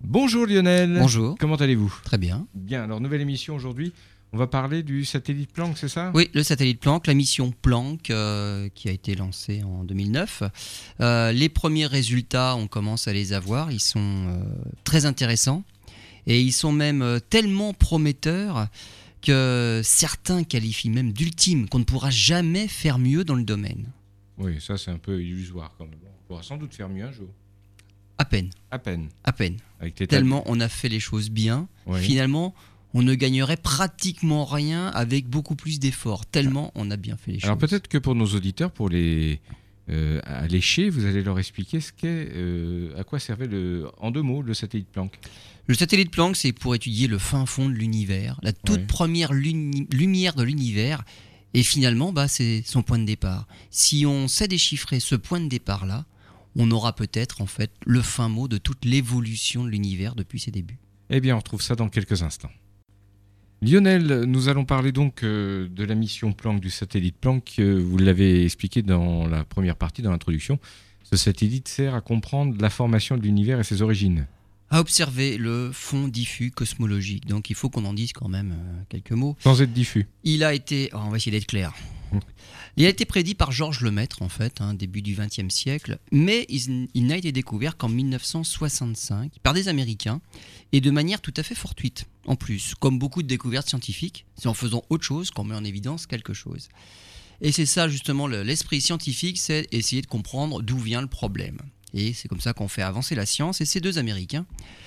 Bonjour Lionel. Bonjour. Comment allez-vous ? Très bien. Bien, alors nouvelle émission aujourd'hui. On va parler du satellite Planck, c'est ça ? Oui, le satellite Planck, la mission Planck qui a été lancée en 2009. Les premiers résultats, on commence à les avoir. Ils sont très intéressants et ils sont même tellement prometteurs que certains qualifient même d'ultime, qu'on ne pourra jamais faire mieux dans le domaine. Oui, ça c'est un peu illusoire quand même. On pourra sans doute faire mieux un jour. À peine. À peine. À peine. Avec tes Tellement on a fait les choses bien. Oui. Finalement, on ne gagnerait pratiquement rien avec beaucoup plus d'efforts. Tellement on a bien fait les choses. Alors peut-être que pour nos auditeurs, pour les allécher, vous allez leur expliquer ce qu'est, à quoi servait en 2 mots le satellite Planck. Le satellite Planck, c'est pour étudier le fin fond de l'univers, la toute première lumière de l'univers. Et finalement, c'est son point de départ. Si on sait déchiffrer ce point de départ-là, on aura peut-être en fait le fin mot de toute l'évolution de l'univers depuis ses débuts. Eh bien, on retrouve ça dans quelques instants. Lionel, nous allons parler donc de la mission Planck, du satellite Planck. Vous l'avez expliqué dans la première partie, dans l'introduction. Ce satellite sert à comprendre la formation de l'univers et ses origines. À observer le fond diffus cosmologique. Donc il faut qu'on en dise quand même quelques mots. Sans être diffus. Il a été, on va essayer d'être clair. Il a été prédit par Georges Lemaître en fait, début du XXe siècle, mais il n'a été découvert qu'en 1965 par des Américains et de manière tout à fait fortuite. En plus, comme beaucoup de découvertes scientifiques, c'est en faisant autre chose qu'on met en évidence quelque chose. Et c'est ça justement l'esprit scientifique, c'est essayer de comprendre d'où vient le problème. Et c'est comme ça qu'on fait avancer la science. Et ces 2 Américains,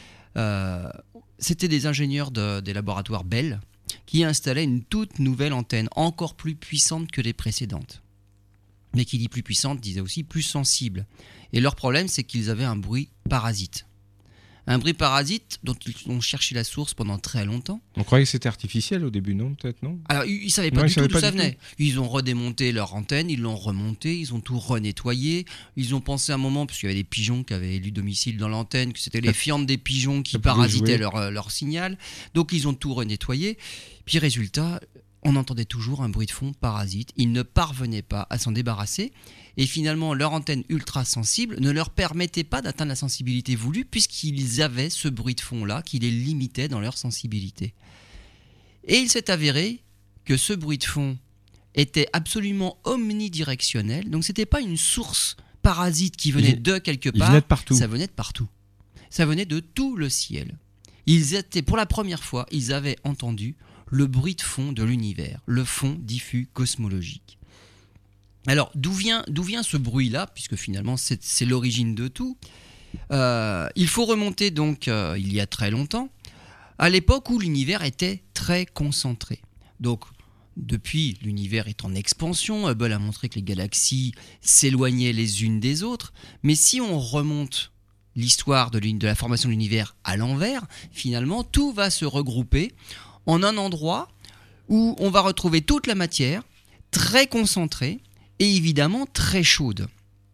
c'était des ingénieurs des laboratoires Bell qui installaient une toute nouvelle antenne, encore plus puissante que les précédentes. Mais qui dit plus puissante, disait aussi plus sensible. Et leur problème, c'est qu'ils avaient un bruit parasite. Un bruit parasite dont ils ont cherché la source pendant très longtemps. On croyait que c'était artificiel au début, non ? Peut-être, non ? Alors, ils ne savaient pas du tout d'où ça venait. Ils ont redémonté leur antenne, ils l'ont remontée, ils ont tout renettoyé. Ils ont pensé un moment, parce qu'il y avait des pigeons qui avaient élu domicile dans l'antenne, que c'était les fientes des pigeons qui parasitaient leur signal. Donc, ils ont tout renettoyé. Puis, résultat, on entendait toujours un bruit de fond parasite. Ils ne parvenaient pas à s'en débarrasser. Et finalement, leur antenne ultra sensible ne leur permettait pas d'atteindre la sensibilité voulue puisqu'ils avaient ce bruit de fond-là qui les limitait dans leur sensibilité. Et il s'est avéré que ce bruit de fond était absolument omnidirectionnel. Donc, ce n'était pas une source parasite qui venait de quelque part. Il venait de partout. Ça venait de partout. Ça venait de tout le ciel. Pour la première fois, ils avaient entendu le bruit de fond de l'univers, le fond diffus cosmologique. Alors, d'où vient ce bruit-là, puisque finalement c'est l'origine de tout. Il faut remonter donc il y a très longtemps, à l'époque où l'univers était très concentré. Donc, depuis, l'univers est en expansion. Hubble a montré que les galaxies s'éloignaient les unes des autres. Mais si on remonte l'histoire de la formation de l'univers à l'envers, finalement, tout va se regrouper en un endroit où on va retrouver toute la matière très concentrée et évidemment très chaude.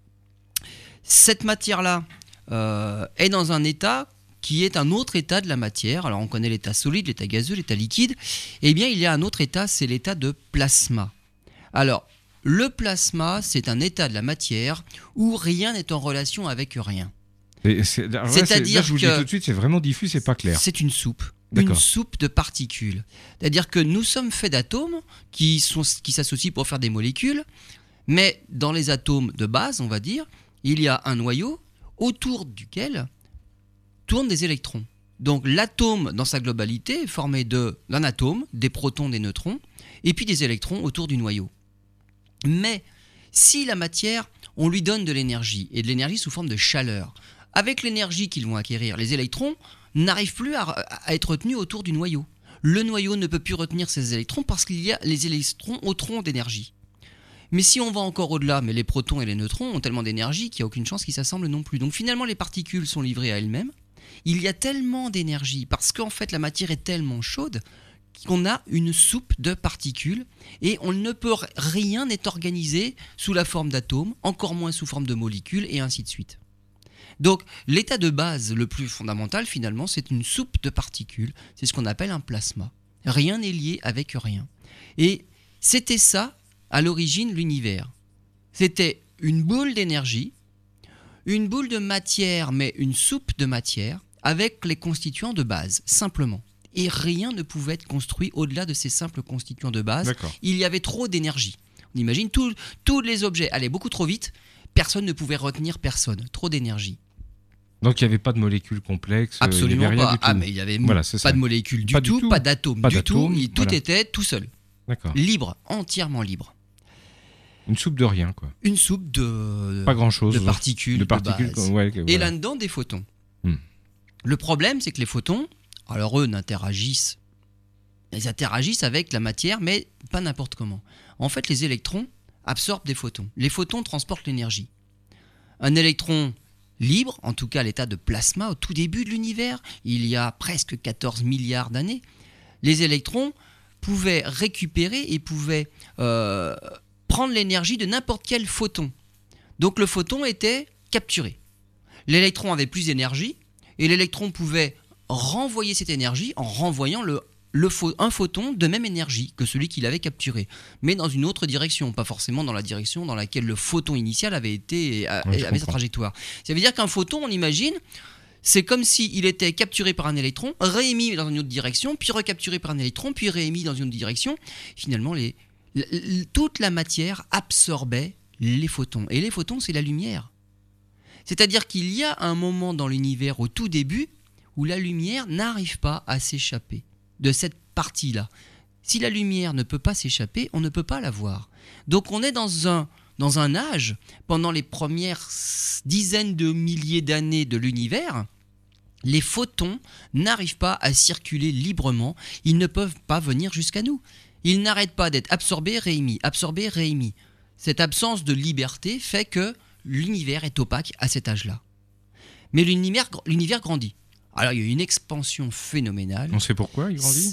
Cette matière-là est dans un état qui est un autre état de la matière. Alors on connaît l'état solide, l'état gazeux, l'état liquide. Eh bien il y a un autre état, c'est l'état de plasma. Alors le plasma, c'est un état de la matière où rien n'est en relation avec rien. C'est-à-dire je vous le dis tout de suite, c'est vraiment diffus, c'est pas clair. C'est une soupe. D'accord. Une soupe de particules. C'est-à-dire que nous sommes faits d'atomes qui s'associent pour faire des molécules, mais dans les atomes de base, on va dire, il y a un noyau autour duquel tournent des électrons. Donc l'atome dans sa globalité est formé d'un atome, des protons, des neutrons, et puis des électrons autour du noyau. Mais si la matière, on lui donne de l'énergie, et de l'énergie sous forme de chaleur, avec l'énergie qu'ils vont acquérir, les électrons n'arrivent plus à être retenus autour du noyau. Le noyau ne peut plus retenir ces électrons parce qu'il y a les électrons autrons d'énergie. Mais si on va encore au-delà, mais les protons et les neutrons ont tellement d'énergie qu'il n'y a aucune chance qu'ils s'assemblent non plus. Donc finalement, les particules sont livrées à elles-mêmes. Il y a tellement d'énergie parce qu'en fait la matière est tellement chaude qu'on a une soupe de particules et rien n'est organisé sous la forme d'atomes, encore moins sous forme de molécules et ainsi de suite. Donc l'état de base le plus fondamental finalement c'est une soupe de particules, c'est ce qu'on appelle un plasma. Rien n'est lié avec rien. Et c'était ça à l'origine l'univers. C'était une boule d'énergie, une boule de matière mais une soupe de matière avec les constituants de base, simplement. Et rien ne pouvait être construit au-delà de ces simples constituants de base. D'accord. Il y avait trop d'énergie. On imagine, tous les objets allaient beaucoup trop vite, personne ne pouvait retenir personne, trop d'énergie. Donc il n'y avait pas de molécules complexes. Absolument il y avait rien pas. du tout. Ah, mais il n'y avait Voilà, c'est ça. pas de molécules du Pas du tout, tout. pas d'atomes Pas du tout. d'atomes, Tout voilà. était tout seul. D'accord. Libre, entièrement libre. Une soupe de rien, quoi. Une soupe de Pas grand-chose. de particules, de base. Ouais, Et voilà. là-dedans, des photons. Hmm. Le problème, c'est que les photons, alors eux ils interagissent avec la matière, mais pas n'importe comment. En fait, les électrons absorbent des photons. Les photons transportent l'énergie. Un électron libre, en tout cas à l'état de plasma, au tout début de l'univers, il y a presque 14 milliards d'années, les électrons pouvaient récupérer et pouvaient prendre l'énergie de n'importe quel photon. Donc le photon était capturé. L'électron avait plus d'énergie et l'électron pouvait renvoyer cette énergie en renvoyant un photon de même énergie que celui qu'il avait capturé, mais dans une autre direction, pas forcément dans la direction dans laquelle le photon initial avait sa trajectoire. Ça veut dire qu'un photon, on imagine, c'est comme s'il était capturé par un électron, réémis dans une autre direction, puis recapturé par un électron, puis réémis dans une autre direction. Finalement, toute la matière absorbait les photons. Et les photons, c'est la lumière. C'est-à-dire qu'il y a un moment dans l'univers, au tout début, où la lumière n'arrive pas à s'échapper de cette partie-là. Si la lumière ne peut pas s'échapper, on ne peut pas la voir. Donc on est dans un âge, pendant les premières dizaines de milliers d'années de l'univers, les photons n'arrivent pas à circuler librement, ils ne peuvent pas venir jusqu'à nous. Ils n'arrêtent pas d'être absorbés, réémis, absorbés, réémis. Cette absence de liberté fait que l'univers est opaque à cet âge-là. Mais l'univers grandit. Alors il y a une expansion phénoménale. On sait pourquoi il grandit ?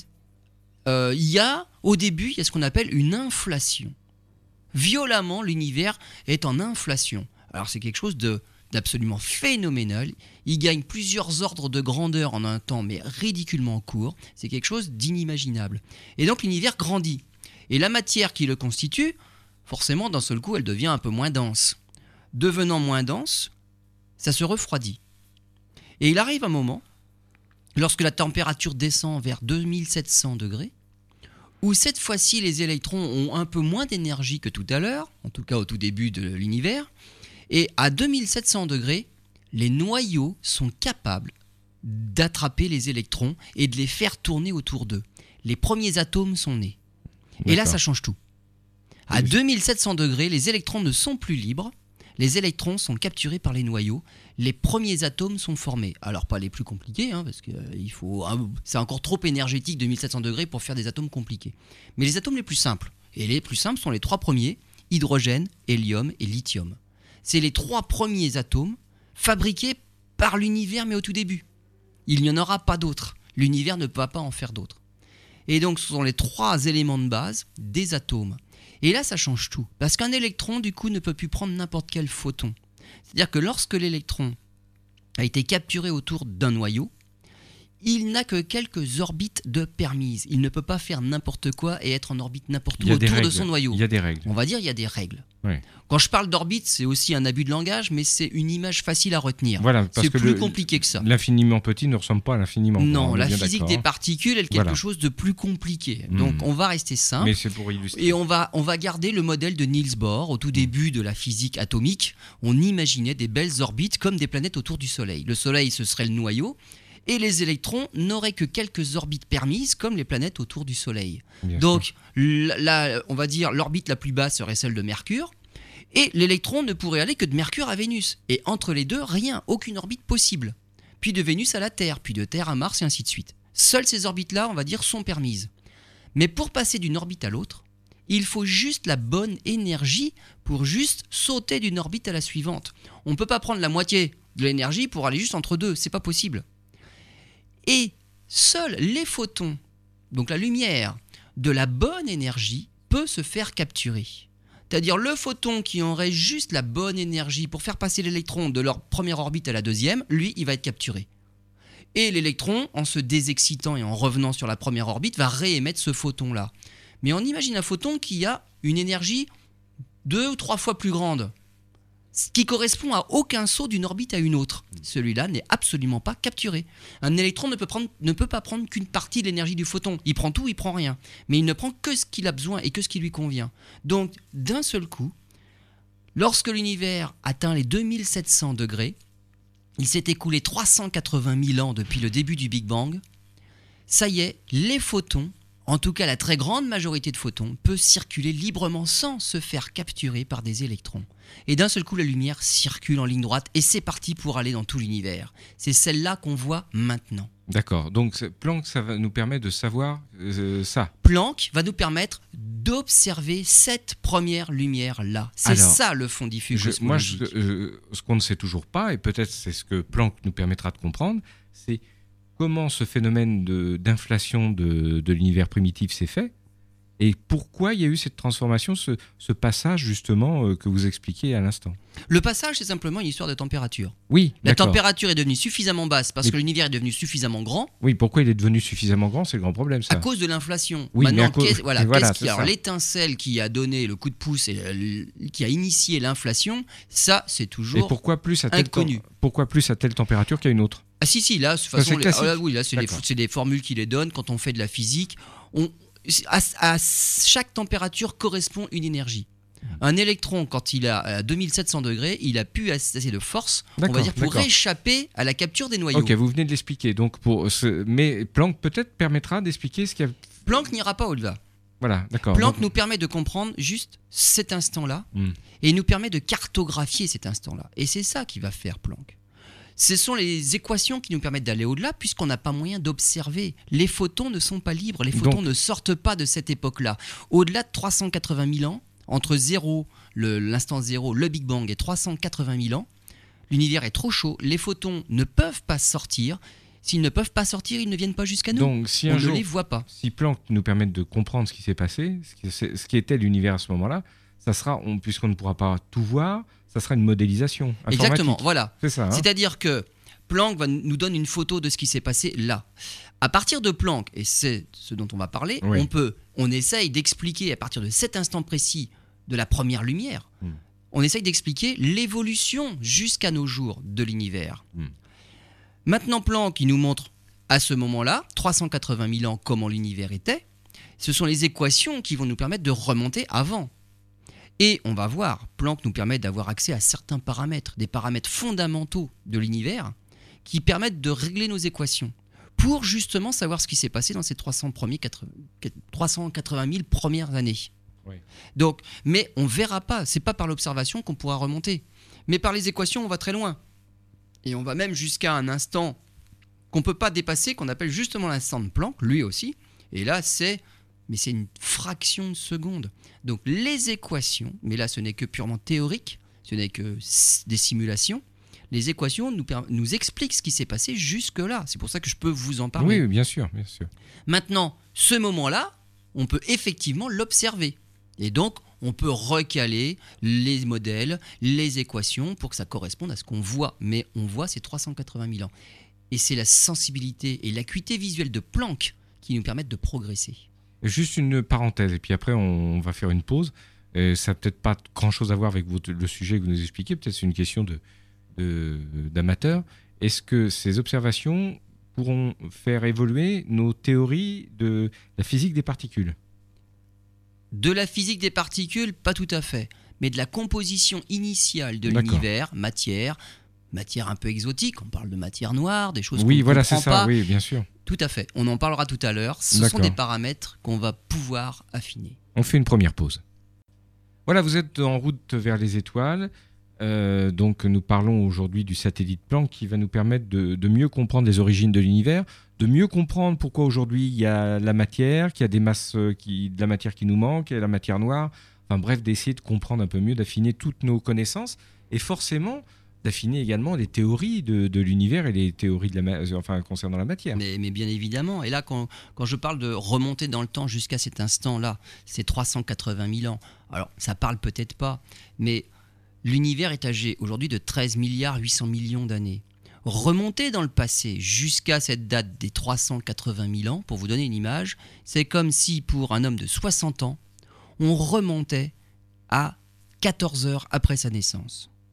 Au début, il y a ce qu'on appelle une inflation. Violemment, l'univers est en inflation. Alors c'est quelque chose d'absolument phénoménal. Il gagne plusieurs ordres de grandeur en un temps, mais ridiculement court. C'est quelque chose d'inimaginable. Et donc l'univers grandit. Et la matière qui le constitue, forcément, d'un seul coup, elle devient un peu moins dense. Devenant moins dense, ça se refroidit. Et il arrive un moment, lorsque la température descend vers 2700 degrés, où cette fois-ci les électrons ont un peu moins d'énergie que tout à l'heure, en tout cas au tout début de l'univers, et à 2700 degrés, les noyaux sont capables d'attraper les électrons et de les faire tourner autour d'eux. Les premiers atomes sont nés. Et là, ça change tout. À 2700 degrés, les électrons ne sont plus libres, les électrons sont capturés par les noyaux, les premiers atomes sont formés. Alors pas les plus compliqués, parce que c'est encore trop énergétique 2700 degrés pour faire des atomes compliqués. Mais les atomes les plus simples, et les plus simples sont les trois premiers, hydrogène, hélium et lithium. C'est les trois premiers atomes fabriqués par l'univers, mais au tout début. Il n'y en aura pas d'autres. L'univers ne va pas en faire d'autres. Et donc ce sont les trois éléments de base des atomes. Et là, ça change tout. Parce qu'un électron, du coup, ne peut plus prendre n'importe quel photon. C'est-à-dire que lorsque l'électron a été capturé autour d'un noyau, il n'a que quelques orbites de permises. Il ne peut pas faire n'importe quoi et être en orbite n'importe où autour de son noyau. Il y a des règles. On va dire il y a des règles. Ouais. Quand je parle d'orbite, c'est aussi un abus de langage, mais c'est une image facile à retenir. Voilà, c'est plus compliqué que ça. L'infiniment petit ne ressemble pas à l'infiniment grand. Non, la physique des particules est quelque chose de plus compliqué. Donc on va rester simple. Mais c'est pour illustrer. Et on va garder le modèle de Niels Bohr. Au tout début de la physique atomique, on imaginait des belles orbites comme des planètes autour du Soleil. Le Soleil, ce serait le noyau. Et les électrons n'auraient que quelques orbites permises, comme les planètes autour du Soleil. Bien Donc, on va dire l'orbite la plus basse serait celle de Mercure, et l'électron ne pourrait aller que de Mercure à Vénus. Et entre les deux, rien, aucune orbite possible. Puis de Vénus à la Terre, puis de Terre à Mars, et ainsi de suite. Seules ces orbites-là, on va dire, sont permises. Mais pour passer d'une orbite à l'autre, il faut juste la bonne énergie pour juste sauter d'une orbite à la suivante. On ne peut pas prendre la moitié de l'énergie pour aller juste entre deux, c'est pas possible. Et seuls les photons, donc la lumière, de la bonne énergie, peut se faire capturer. C'est-à-dire le photon qui aurait juste la bonne énergie pour faire passer l'électron de leur première orbite à la deuxième, lui, il va être capturé. Et l'électron, en se désexcitant et en revenant sur la première orbite, va réémettre ce photon-là. Mais on imagine un photon qui a une énergie 2 ou 3 fois plus grande. ce qui correspond à aucun saut d'une orbite à une autre. Celui-là n'est absolument pas capturé. Un électron ne peut pas prendre qu'une partie de l'énergie du photon. Il prend tout, il prend rien. Mais il ne prend que ce qu'il a besoin et que ce qui lui convient. Donc, d'un seul coup, lorsque l'univers atteint les 2700 degrés, il s'est écoulé 380 000 ans depuis le début du Big Bang, ça y est, les photons, en tout cas la très grande majorité de photons, peut circuler librement sans se faire capturer par des électrons. Et d'un seul coup, la lumière circule en ligne droite et c'est parti pour aller dans tout l'univers. C'est celle-là qu'on voit maintenant. D'accord. Donc Planck, ça va nous permettre de savoir ça. Planck va nous permettre d'observer cette première lumière-là. C'est Alors, ça le fond diffus cosmologique. Ce qu'on ne sait toujours pas, et peut-être c'est ce que Planck nous permettra de comprendre, c'est comment ce phénomène d'inflation de l'univers primitif s'est fait et pourquoi il y a eu cette transformation, ce passage justement que vous expliquiez à l'instant. Le passage, c'est simplement une histoire de température. Oui, La d'accord. température est devenue suffisamment basse parce que l'univers est devenu suffisamment grand. Oui, pourquoi il est devenu suffisamment grand, c'est le grand problème, ça. À cause de l'inflation. Oui, maintenant, voilà, alors l'étincelle qui a donné le coup de pouce et qui a initié l'inflation, ça, c'est toujours et pourquoi plus inconnu. Pourquoi plus à telle température qu'à une autre? Ah si, là, de toute façon, classique. c'est des formules qui les donnent quand on fait de la physique. À chaque température correspond une énergie. Un électron, quand il est à 2700 degrés, il a pu assez de force, on va dire, pour échapper à la capture des noyaux. Ok, vous venez de l'expliquer. Donc mais Planck peut-être permettra d'expliquer ce qu'il y a. Planck n'ira pas au-delà. Voilà, d'accord. Planck nous permet de comprendre juste cet instant-là et il nous permet de cartographier cet instant-là. Et c'est ça qui va faire Planck. Ce sont les équations qui nous permettent d'aller au-delà puisqu'on n'a pas moyen d'observer. Les photons ne sont pas libres, les photons ne sortent pas de cette époque-là. Au-delà de 380 000 ans, entre l'instant 0, le Big Bang et 380 000 ans, l'univers est trop chaud, les photons ne peuvent pas sortir. S'ils ne peuvent pas sortir, ils ne viennent pas jusqu'à nous. Donc, si on ne les voit pas. Si Planck nous permet de comprendre ce qui s'est passé, ce qui était l'univers à ce moment-là, ça sera, puisqu'on ne pourra pas tout voir, ça sera une modélisation informatique. Exactement, voilà. C'est ça. C'est-à-dire que Planck nous donne une photo de ce qui s'est passé là. À partir de Planck, et c'est ce dont on va parler, on essaye d'expliquer à partir de cet instant précis de la première lumière, on essaye d'expliquer l'évolution jusqu'à nos jours de l'univers. Maintenant, Planck, il nous montre à ce moment-là, 380 000 ans, comment l'univers était. Ce sont les équations qui vont nous permettre de remonter avant. Et on va voir, Planck nous permet d'avoir accès à certains paramètres, des paramètres fondamentaux de l'univers, qui permettent de régler nos équations, pour justement savoir ce qui s'est passé dans ces 380 000 premières années. Oui. Donc, mais on ne verra pas, c'est pas par l'observation qu'on pourra remonter. Mais par les équations, on va très loin. Et on va même jusqu'à un instant qu'on ne peut pas dépasser, qu'on appelle justement l'instant de Planck, lui aussi. Et là, c'est une fraction de seconde. Donc les équations, mais là ce n'est que purement théorique, ce n'est que des simulations, les équations nous expliquent ce qui s'est passé jusque-là. C'est pour ça que je peux vous en parler. Oui, bien sûr, bien sûr. Maintenant, ce moment-là, on peut effectivement l'observer. Et donc, on peut recaler les modèles, les équations pour que ça corresponde à ce qu'on voit. Mais on voit ces 380 000 ans. Et c'est la sensibilité et l'acuité visuelle de Planck qui nous permettent de progresser. Juste une parenthèse, et puis après on va faire une pause. Ça n'a peut-être pas grand-chose à voir avec le sujet que vous nous expliquez, peut-être c'est une question d'amateur. Est-ce que ces observations pourront faire évoluer nos théories de la physique des particules? De la physique des particules, pas tout à fait, mais de la composition initiale de l'univers, matière un peu exotique, on parle de matière noire, des choses qu'on ne comprend c'est ça, pas. Oui, bien sûr. Tout à fait, on en parlera tout à l'heure. Ce sont des paramètres qu'on va pouvoir affiner. On fait une première pause. Voilà, vous êtes en route vers les étoiles. Donc nous parlons aujourd'hui du satellite Planck qui va nous permettre de mieux comprendre les origines de l'univers, de mieux comprendre pourquoi aujourd'hui il y a la matière, qu'il y a des masses de la matière qui nous manque, il y a la matière noire. Enfin bref, d'essayer de comprendre un peu mieux, d'affiner toutes nos connaissances et forcément d'affiner également les théories de l'univers et les théories concernant la matière. Mais bien évidemment. Et là, quand je parle de remonter dans le temps jusqu'à cet instant-là, c'est 380 000 ans. Alors, ça parle peut-être pas, mais l'univers est âgé aujourd'hui de 13 800 millions d'années. Remonter dans le passé jusqu'à cette date des 380 000 ans, pour vous donner une image, c'est comme si pour un homme de 60 ans, on remontait à 14 heures après sa naissance.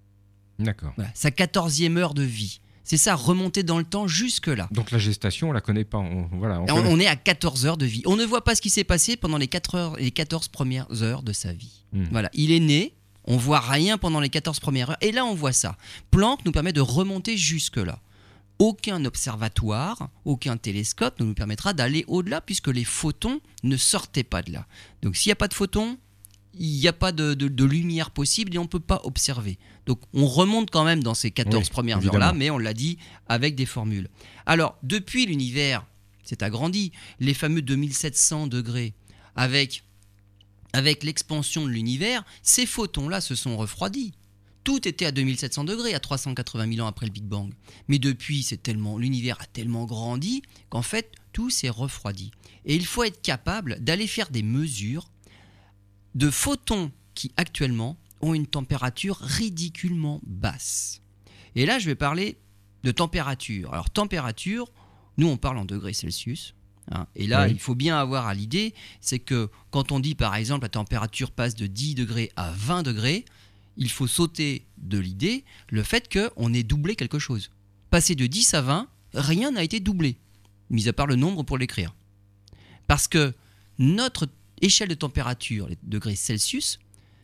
D'accord. Voilà, sa 14e heure de vie. C'est ça, remonter dans le temps jusque-là. Donc la gestation, on la connaît pas. On est à 14 heures de vie. On ne voit pas ce qui s'est passé pendant les 14 premières heures de sa vie. Voilà, il est né, on voit rien pendant les 14 premières heures, et là on voit ça. Planck nous permet de remonter jusque-là. Aucun observatoire, aucun télescope ne nous permettra d'aller au-delà, puisque les photons ne sortaient pas de là. Donc s'il n'y a pas de photons, il n'y a pas de lumière possible et on ne peut pas observer. Donc on remonte quand même dans ces 14 premières heures-là, mais on l'a dit avec des formules. Alors, depuis, l'univers s'est agrandi. Les fameux 2700 degrés, avec l'expansion de l'univers, ces photons-là se sont refroidis. Tout était à 2700 degrés, à 380 000 ans après le Big Bang. Mais depuis, l'univers a tellement grandi qu'en fait, tout s'est refroidi. Et il faut être capable d'aller faire des mesures de photons qui actuellement ont une température ridiculement basse. Et là, je vais parler de température. Alors, température, nous, on parle en degrés Celsius. Hein, et là, il faut bien avoir à l'idée, c'est que quand on dit, par exemple, la température passe de 10 degrés à 20 degrés, il faut sauter de l'idée le fait qu'on ait doublé quelque chose. Passer de 10 à 20, rien n'a été doublé, mis à part le nombre pour l'écrire. Parce que notre échelle de température, les degrés Celsius,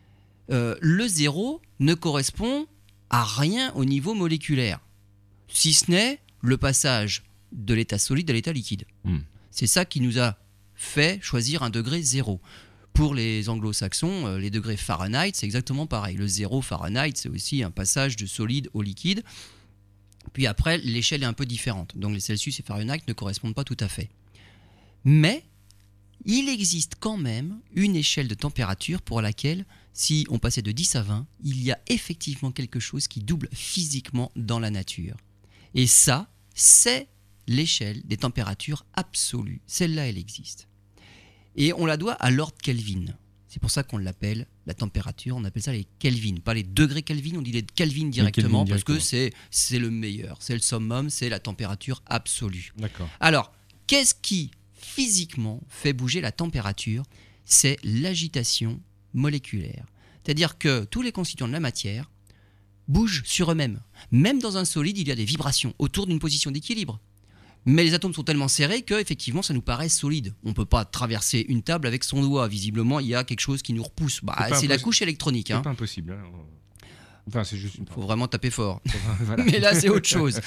le 0 ne correspond à rien au niveau moléculaire, si ce n'est le passage de l'état solide à l'état liquide. C'est ça qui nous a fait choisir un degré 0. Pour les anglo-saxons, les degrés Fahrenheit, c'est exactement pareil. Le 0 Fahrenheit, c'est aussi un passage de solide au liquide. Puis après, l'échelle est un peu différente. Donc les Celsius et Fahrenheit ne correspondent pas tout à fait. Mais il existe quand même une échelle de température pour laquelle, si on passait de 10 à 20, il y a effectivement quelque chose qui double physiquement dans la nature. Et ça, c'est l'échelle des températures absolues. Celle-là, elle existe. Et on la doit à Lord Kelvin. C'est pour ça qu'on l'appelle la température, on appelle ça les Kelvin. Pas les degrés Kelvin, on dit les Kelvin directement, parce que c'est le meilleur, c'est le summum, c'est la température absolue. D'accord. Alors, qu'est-ce qui physiquement fait bouger la température? C'est l'agitation moléculaire. C'est-à-dire que tous les constituants de la matière bougent sur eux-mêmes. Même dans un solide, il y a des vibrations autour d'une position d'équilibre. Mais les atomes sont tellement serrés qu'effectivement, ça nous paraît solide. On ne peut pas traverser une table avec son doigt. Visiblement, il y a quelque chose qui nous repousse. C'est la couche électronique. C'est pas impossible. Hein. Enfin, c'est juste une... Il faut vraiment taper fort. Voilà. Mais là, c'est autre chose.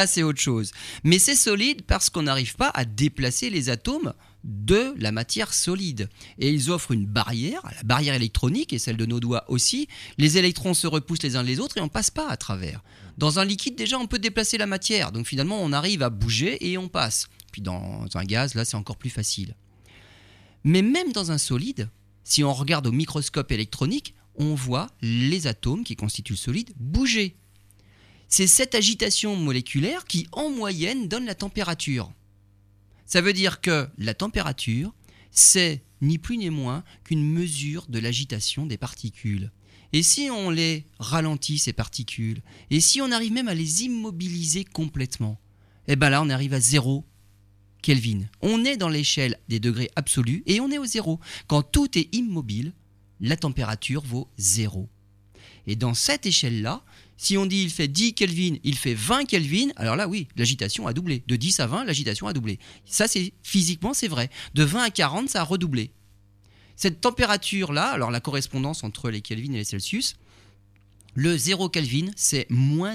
Mais c'est solide parce qu'on n'arrive pas à déplacer les atomes de la matière solide. Et ils offrent une barrière, la barrière électronique et celle de nos doigts aussi. Les électrons se repoussent les uns les autres et on ne passe pas à travers. Dans un liquide, déjà, on peut déplacer la matière. Donc finalement, on arrive à bouger et on passe. Puis dans un gaz, là, c'est encore plus facile. Mais même dans un solide, si on regarde au microscope électronique, on voit les atomes qui constituent le solide bouger. C'est cette agitation moléculaire qui, en moyenne, donne la température. Ça veut dire que la température, c'est ni plus ni moins qu'une mesure de l'agitation des particules. Et si on les ralentit, ces particules, et si on arrive même à les immobiliser complètement, eh bien là, on arrive à 0 Kelvin. On est dans l'échelle des degrés absolus et on est au 0. Quand tout est immobile, la température vaut 0. Et dans cette échelle-là, si on dit il fait 10 Kelvin, il fait 20 Kelvin, alors là, oui, l'agitation a doublé. De 10 à 20, l'agitation a doublé. Ça, physiquement, c'est vrai. De 20 à 40, ça a redoublé. Cette température-là, alors la correspondance entre les Kelvin et les Celsius, le 0 Kelvin, c'est moins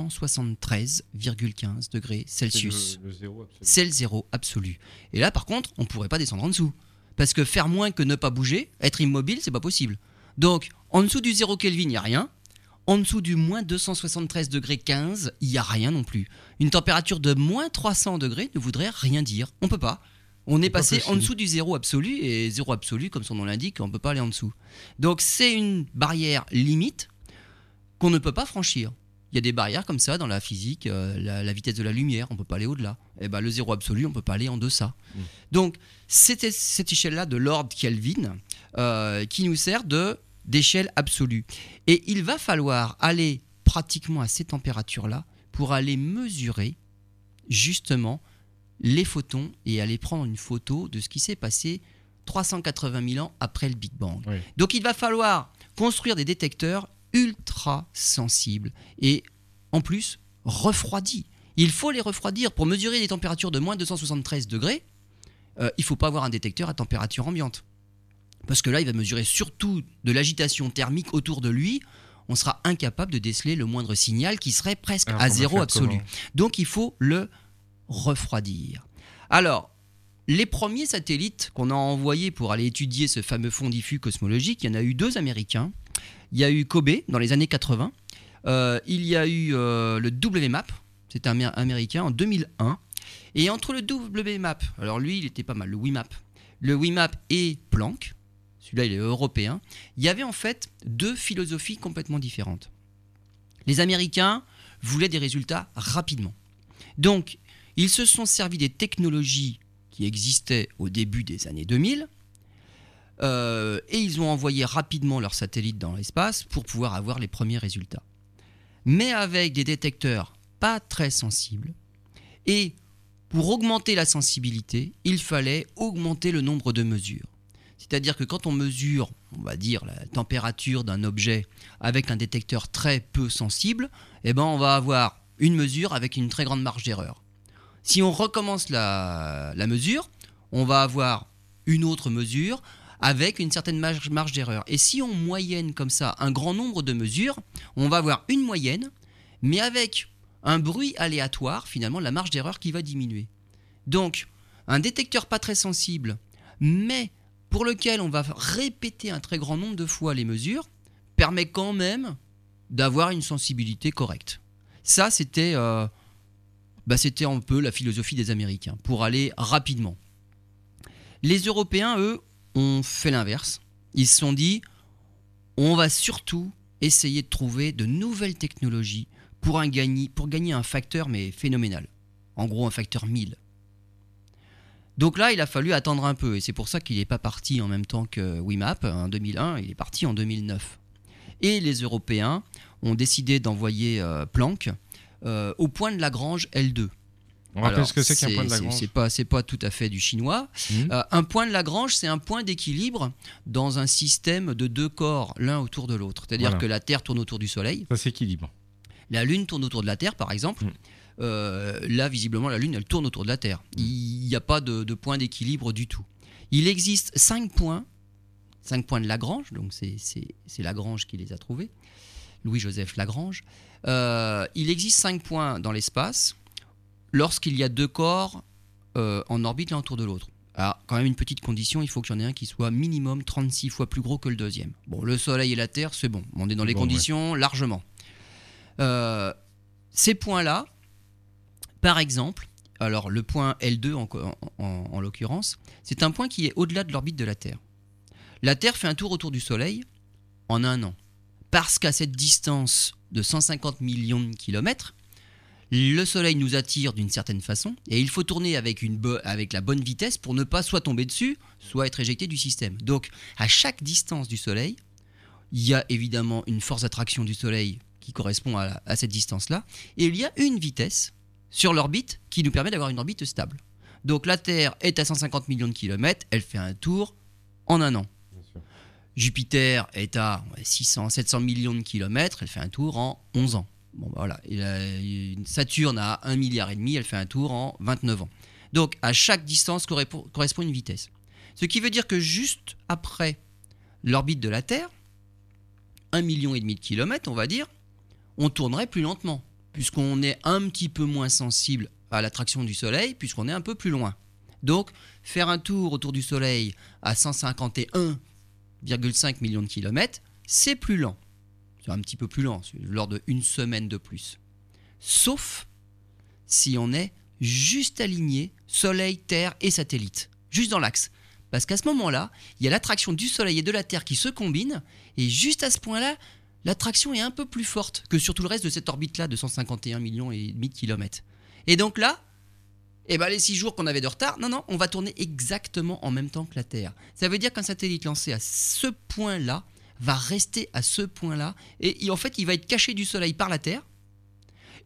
273,15 degrés Celsius. C'est le 0 absolu. Et là, par contre, on ne pourrait pas descendre en dessous. Parce que faire moins que ne pas bouger, être immobile, c'est pas possible. Donc, en dessous du 0 Kelvin, il n'y a rien. En dessous du moins 273 degrés 15, il n'y a rien non plus. Une température de moins 300 degrés ne voudrait rien dire. On ne peut pas. On est passé en dessous du 0 absolu, et 0 absolu, comme son nom l'indique, on ne peut pas aller en dessous. Donc, c'est une barrière limite qu'on ne peut pas franchir. Il y a des barrières comme ça dans la physique, la vitesse de la lumière, on ne peut pas aller au-delà. Et ben, le 0 absolu, on ne peut pas aller en deçà. Donc, c'était cette échelle-là de Lord Kelvin qui nous sert d'échelle absolue. Et il va falloir aller pratiquement à ces températures-là pour aller mesurer justement les photons et aller prendre une photo de ce qui s'est passé 380 000 ans après le Big Bang. Oui. Donc, il va falloir construire des détecteurs ultra sensibles et en plus refroidis. Il faut les refroidir. Pour mesurer des températures de moins de 273 degrés, il ne faut pas avoir un détecteur à température ambiante. Parce que là, il va mesurer surtout de l'agitation thermique autour de lui. On sera incapable de déceler le moindre signal qui serait presque à zéro absolu. Donc il faut le refroidir. Alors, les premiers satellites qu'on a envoyés pour aller étudier ce fameux fond diffus cosmologique, il y en a eu 2 américains. Il y a eu Kobe dans les années 80. Il y a eu le WMAP, c'était un américain en 2001. Et entre le WMAP, alors lui il était pas mal, le WMAP et Planck, celui-là il est européen, il y avait en fait 2 philosophies complètement différentes. Les Américains voulaient des résultats rapidement. Donc ils se sont servis des technologies qui existaient au début des années 2000 et ils ont envoyé rapidement leurs satellites dans l'espace pour pouvoir avoir les premiers résultats. Mais avec des détecteurs pas très sensibles et pour augmenter la sensibilité, il fallait augmenter le nombre de mesures. C'est-à-dire que quand on mesure, on va dire, la température d'un objet avec un détecteur très peu sensible, eh ben on va avoir une mesure avec une très grande marge d'erreur. Si on recommence la mesure, on va avoir une autre mesure avec une certaine marge d'erreur. Et si on moyenne comme ça un grand nombre de mesures, on va avoir une moyenne, mais avec un bruit aléatoire, finalement, la marge d'erreur qui va diminuer. Donc, un détecteur pas très sensible, mais pour lequel on va répéter un très grand nombre de fois les mesures, permet quand même d'avoir une sensibilité correcte. Ça, c'était un peu la philosophie des Américains, pour aller rapidement. Les Européens, eux, ont fait l'inverse. Ils se sont dit, on va surtout essayer de trouver de nouvelles technologies pour gagner un facteur mais phénoménal. En gros, un facteur 1000. Donc là, il a fallu attendre un peu. Et c'est pour ça qu'il n'est pas parti en même temps que WMAP en 2001. Il est parti en 2009. Et les Européens ont décidé d'envoyer Planck au point de Lagrange L2. On rappelle ce que c'est qu'un point de Lagrange. C'est pas tout à fait du chinois. Un point de Lagrange, c'est un point d'équilibre dans un système de 2 corps, l'un autour de l'autre. C'est-à-dire que la Terre tourne autour du Soleil. Ça s'équilibre. La Lune tourne autour de la Terre, par exemple. Là, visiblement, la Lune, elle tourne autour de la Terre. Il n'y a pas de point d'équilibre du tout. Il existe 5 points de Lagrange, donc c'est Lagrange qui les a trouvés, Louis-Joseph Lagrange. Il existe 5 points dans l'espace lorsqu'il y a 2 corps en orbite l'un autour de l'autre. Alors, quand même une petite condition, il faut qu'il y en ait un qui soit minimum 36 fois plus gros que le deuxième. Bon, le Soleil et la Terre, c'est bon. On est dans les conditions largement. Ces points-là, par exemple, alors le point L2 en l'occurrence, c'est un point qui est au-delà de l'orbite de la Terre. La Terre fait un tour autour du Soleil en 1 an. Parce qu'à cette distance de 150 millions de kilomètres, le Soleil nous attire d'une certaine façon et il faut tourner avec la bonne vitesse pour ne pas soit tomber dessus, soit être éjecté du système. Donc, à chaque distance du Soleil, il y a évidemment une force d'attraction du Soleil qui correspond à cette distance-là, et il y a une vitesse sur l'orbite qui nous permet d'avoir une orbite stable. Donc la Terre est à 150 millions de kilomètres, elle fait un tour en 1 an. Jupiter est à 600-700 millions de kilomètres, elle fait un tour en 11 ans. Bon, voilà. Saturne a 1,5 milliard, elle fait un tour en 29 ans. Donc à chaque distance correspond une vitesse. Ce qui veut dire que juste après l'orbite de la Terre, 1,5 million de kilomètres, on va dire, on tournerait plus lentement, puisqu'on est un petit peu moins sensible à l'attraction du Soleil, puisqu'on est un peu plus loin. Donc, faire un tour autour du Soleil à 151,5 millions de kilomètres, c'est plus lent. C'est un petit peu plus lent, c'est l'ordre d'1 semaine de plus. Sauf si on est juste aligné Soleil, Terre et satellite, juste dans l'axe. Parce qu'à ce moment-là, il y a l'attraction du Soleil et de la Terre qui se combinent, et juste à ce point-là, l'attraction est un peu plus forte que sur tout le reste de cette orbite-là de 151 millions et demi de kilomètres. Et donc là, les 6 jours qu'on avait de retard, non, on va tourner exactement en même temps que la Terre. Ça veut dire qu'un satellite lancé à ce point-là va rester à ce point-là, et en fait, il va être caché du Soleil par la Terre,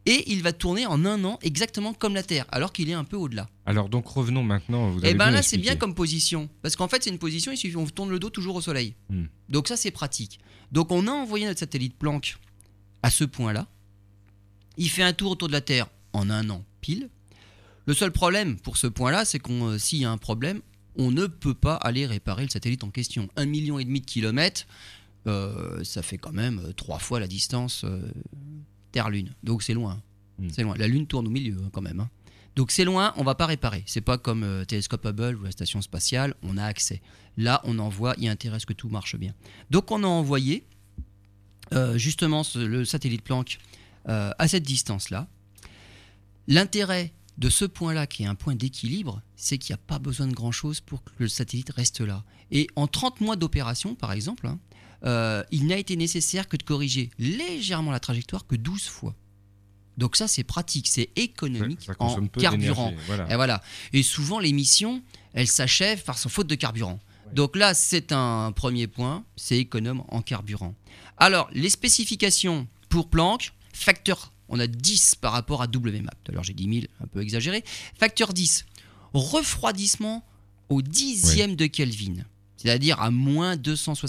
Et il va tourner en un an exactement comme la Terre, alors qu'il est un peu au-delà. Alors donc revenons maintenant. Vous avez Et bien bien là, expliqué. c'est bien comme position. Parce qu'en fait, c'est une position, il suffit, on tourne le dos toujours au Soleil. Donc ça, c'est pratique. Donc on a envoyé notre satellite Planck à ce point-là. Il fait un tour autour de la Terre en un an pile. Le seul problème pour ce point-là, c'est qu'on, s'il y a un problème, on ne peut pas aller réparer le satellite en question. 1,5 million de kilomètres, ça fait quand même 3 fois la distance Terre-Lune. Donc c'est loin. C'est loin. La Lune tourne au milieu quand même. Donc c'est loin, on ne va pas réparer. C'est pas comme Télescope Hubble ou la station spatiale, on a accès. Là, on envoie, il y a intérêt à ce que tout marche bien. Donc on a envoyé justement le satellite Planck à cette distance-là. L'intérêt de ce point-là, qui est un point d'équilibre, c'est qu'il n'y a pas besoin de grand-chose pour que le satellite reste là. Et en 30 mois d'opération, par exemple, il n'a été nécessaire que de corriger légèrement la trajectoire que 12 fois. Donc ça, c'est pratique, c'est économique ça en peu carburant. Voilà. Et voilà. Et souvent, les missions, elles s'achèvent par faute de carburant. Ouais. Donc là, c'est un premier point, c'est économe en carburant. Alors, les spécifications pour Planck, facteur, on a 10 par rapport à WMAP. Alors j'ai dit 1000, un peu exagéré. Facteur 10, refroidissement au dixième de Kelvin, c'est-à-dire à moins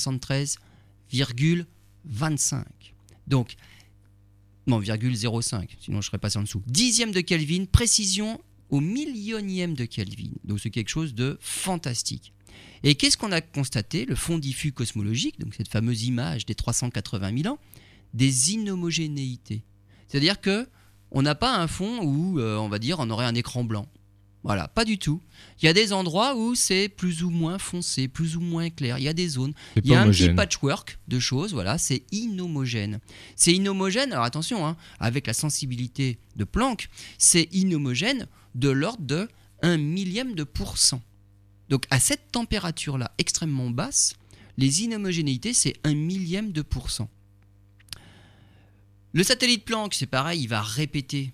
273,25. Donc, non, 0,05, sinon je serais passé en dessous. Dixième de Kelvin, précision au millionième de Kelvin. Donc c'est quelque chose de fantastique. Et qu'est-ce qu'on a constaté? Le fond diffus cosmologique, donc cette fameuse image des 380 000 ans, des inhomogénéités. C'est-à-dire qu'on n'a pas un fond où, on va dire, on aurait un écran blanc. Voilà, pas du tout. Il y a des endroits où c'est plus ou moins foncé, plus ou moins clair. Il y a des zones. Il y a un petit patchwork de choses. Voilà, c'est inhomogène. C'est inhomogène, alors attention, avec la sensibilité de Planck, c'est inhomogène de l'ordre de 1/1000%. Donc à cette température-là extrêmement basse, les inhomogénéités, c'est 1/1000%. Le satellite Planck, c'est pareil, il va répéter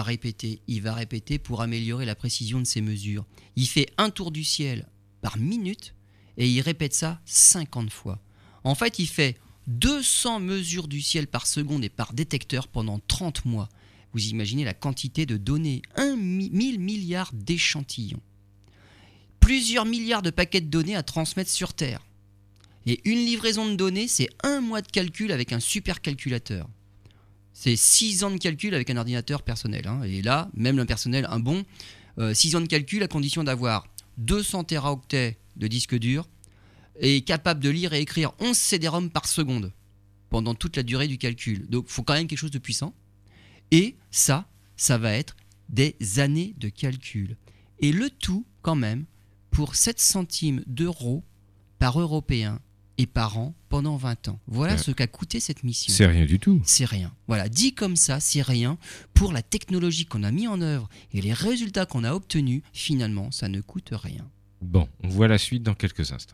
pour améliorer la précision de ses mesures. Il fait un tour du ciel par minute et il répète ça 50 fois. En fait, il fait 200 mesures du ciel par seconde et par détecteur pendant 30 mois. Vous imaginez la quantité de données, 1000 milliards d'échantillons. Plusieurs milliards de paquets de données à transmettre sur Terre. Et une livraison de données, c'est 1 mois de calcul avec un supercalculateur. C'est 6 ans de calcul avec un ordinateur personnel. Et là, même un personnel, un bon, 6 ans de calcul à condition d'avoir 200 téraoctets de disque dur et capable de lire et écrire 11 CD-ROM par seconde pendant toute la durée du calcul. Donc, il faut quand même quelque chose de puissant. Et ça va être des années de calcul. Et le tout, quand même, pour 7 centimes d'euros par Européen et par an pendant 20 ans. Voilà ce qu'a coûté cette mission. C'est rien du tout. C'est rien. Voilà, dit comme ça, c'est rien. Pour la technologie qu'on a mis en œuvre et les résultats qu'on a obtenus, finalement, ça ne coûte rien. Bon, on voit la suite dans quelques instants.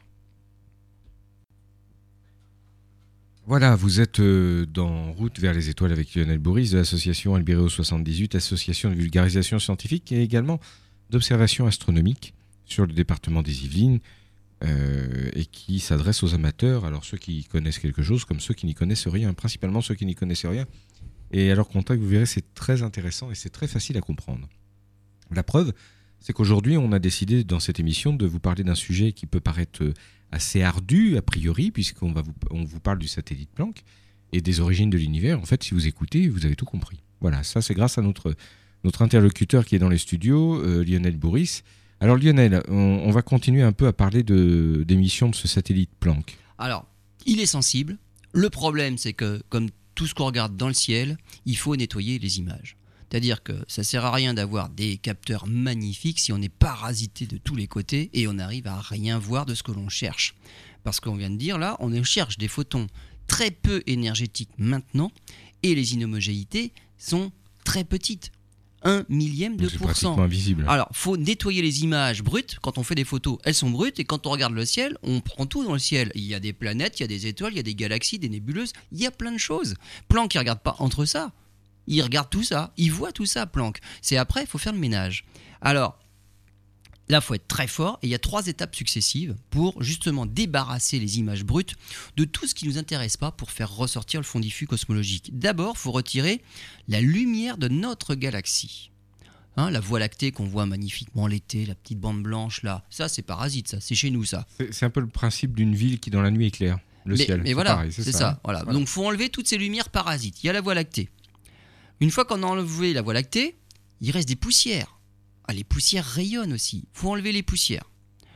Voilà, vous êtes en route vers les étoiles avec Lionel Bourris de l'association Albireo 78, association de vulgarisation scientifique et également d'observation astronomique sur le département des Yvelines. Et qui s'adresse aux amateurs, alors ceux qui connaissent quelque chose comme ceux qui n'y connaissent rien, principalement ceux qui n'y connaissent rien. Et à leur contact, vous verrez, c'est très intéressant et c'est très facile à comprendre. La preuve, c'est qu'aujourd'hui, on a décidé dans cette émission de vous parler d'un sujet qui peut paraître assez ardu a priori, puisqu'on vous parle du satellite Planck et des origines de l'univers. En fait, si vous écoutez, vous avez tout compris. Voilà, ça c'est grâce à notre interlocuteur qui est dans les studios, Lionel Bourris. Alors Lionel, on va continuer un peu à parler des missions de ce satellite Planck. Alors, il est sensible. Le problème, c'est que, comme tout ce qu'on regarde dans le ciel, il faut nettoyer les images. C'est-à-dire que ça ne sert à rien d'avoir des capteurs magnifiques si on est parasité de tous les côtés et on n'arrive à rien voir de ce que l'on cherche. Parce qu'on vient de dire là, on cherche des photons très peu énergétiques maintenant et les inhomogénéités sont très petites. 1/1000%. C'est pratiquement invisible. Alors, il faut nettoyer les images brutes. Quand on fait des photos, elles sont brutes. Et quand on regarde le ciel, on prend tout dans le ciel. Il y a des planètes, il y a des étoiles, il y a des galaxies, des nébuleuses. Il y a plein de choses. Planck, il ne regarde pas entre ça. Il regarde tout ça. Il voit tout ça, Planck. C'est après, il faut faire le ménage. Alors, Là, il faut être très fort et il y a 3 étapes successives pour justement débarrasser les images brutes de tout ce qui ne nous intéresse pas pour faire ressortir le fond diffus cosmologique. D'abord, il faut retirer la lumière de notre galaxie. Hein, la Voie lactée qu'on voit magnifiquement l'été, la petite bande blanche là, ça c'est parasite, ça, c'est chez nous ça. C'est un peu le principe d'une ville qui dans la nuit éclaire le ciel. Mais voilà, pareil, c'est ça. Voilà. Donc il faut enlever toutes ces lumières parasites. Il y a la Voie lactée. Une fois qu'on a enlevé la Voie lactée, il reste des poussières. Ah, les poussières rayonnent aussi. Il faut enlever les poussières.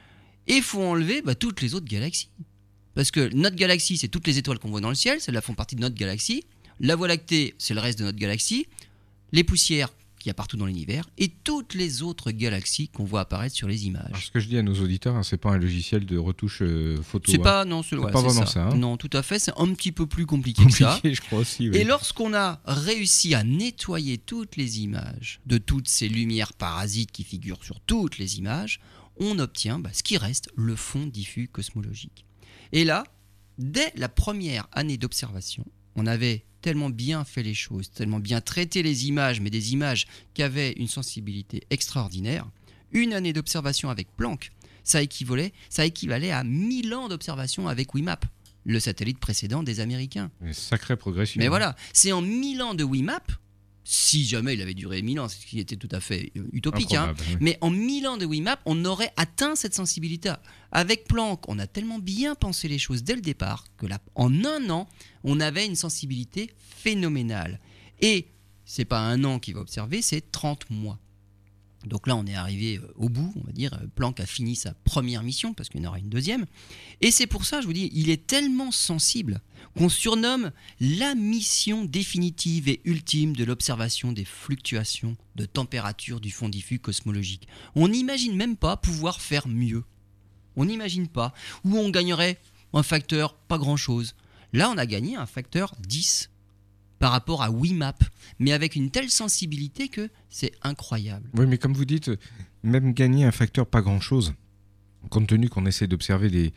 Et il faut enlever toutes les autres galaxies. Parce que notre galaxie, c'est toutes les étoiles qu'on voit dans le ciel, celles-là font partie de notre galaxie. La Voie lactée, c'est le reste de notre galaxie. Les poussières qu'il y a partout dans l'univers. Et toutes les autres galaxies qu'on voit apparaître sur les images. Alors, ce que je dis à nos auditeurs, c'est pas un logiciel de retouche photo. C'est pas, non, c'est pas vraiment ça. Hein. Non, tout à fait. C'est un petit peu plus compliqué que ça. Je crois aussi. Oui. Et lorsqu'on a réussi à nettoyer toutes les images de toutes ces lumières parasites qui figurent sur toutes les images, on obtient ce qui reste, le fond diffus cosmologique. Et là, dès la première année d'observation, on avait tellement bien fait les choses, tellement bien traité les images, mais des images qui avaient une sensibilité extraordinaire. Une année d'observation avec Planck, ça équivalait à 1000 ans d'observation avec WIMAP, le satellite précédent des Américains. Une sacrée progression. Mais voilà, c'est en 1000 ans de WIMAP, si jamais il avait duré 1000 ans, ce qui était tout à fait utopique, oui. Mais en 1000 ans de WIMAP, on aurait atteint cette sensibilité. Avec Planck, on a tellement bien pensé les choses dès le départ que là, en un an, on avait une sensibilité phénoménale. Et c'est pas un an qu'il va observer, c'est 30 mois. Donc là, on est arrivé au bout, on va dire. Planck a fini sa première mission, parce qu'il y en aura une deuxième. Et c'est pour ça, je vous dis, il est tellement sensible qu'on surnomme la mission définitive et ultime de l'observation des fluctuations de température du fond diffus cosmologique. On n'imagine même pas pouvoir faire mieux. On n'imagine pas. Où on gagnerait un facteur pas grand-chose. Là, on a gagné un facteur 10 par rapport à WIMAP, mais avec une telle sensibilité que c'est incroyable. Oui, mais comme vous dites, même gagner un facteur pas grand-chose, compte tenu qu'on essaie d'observer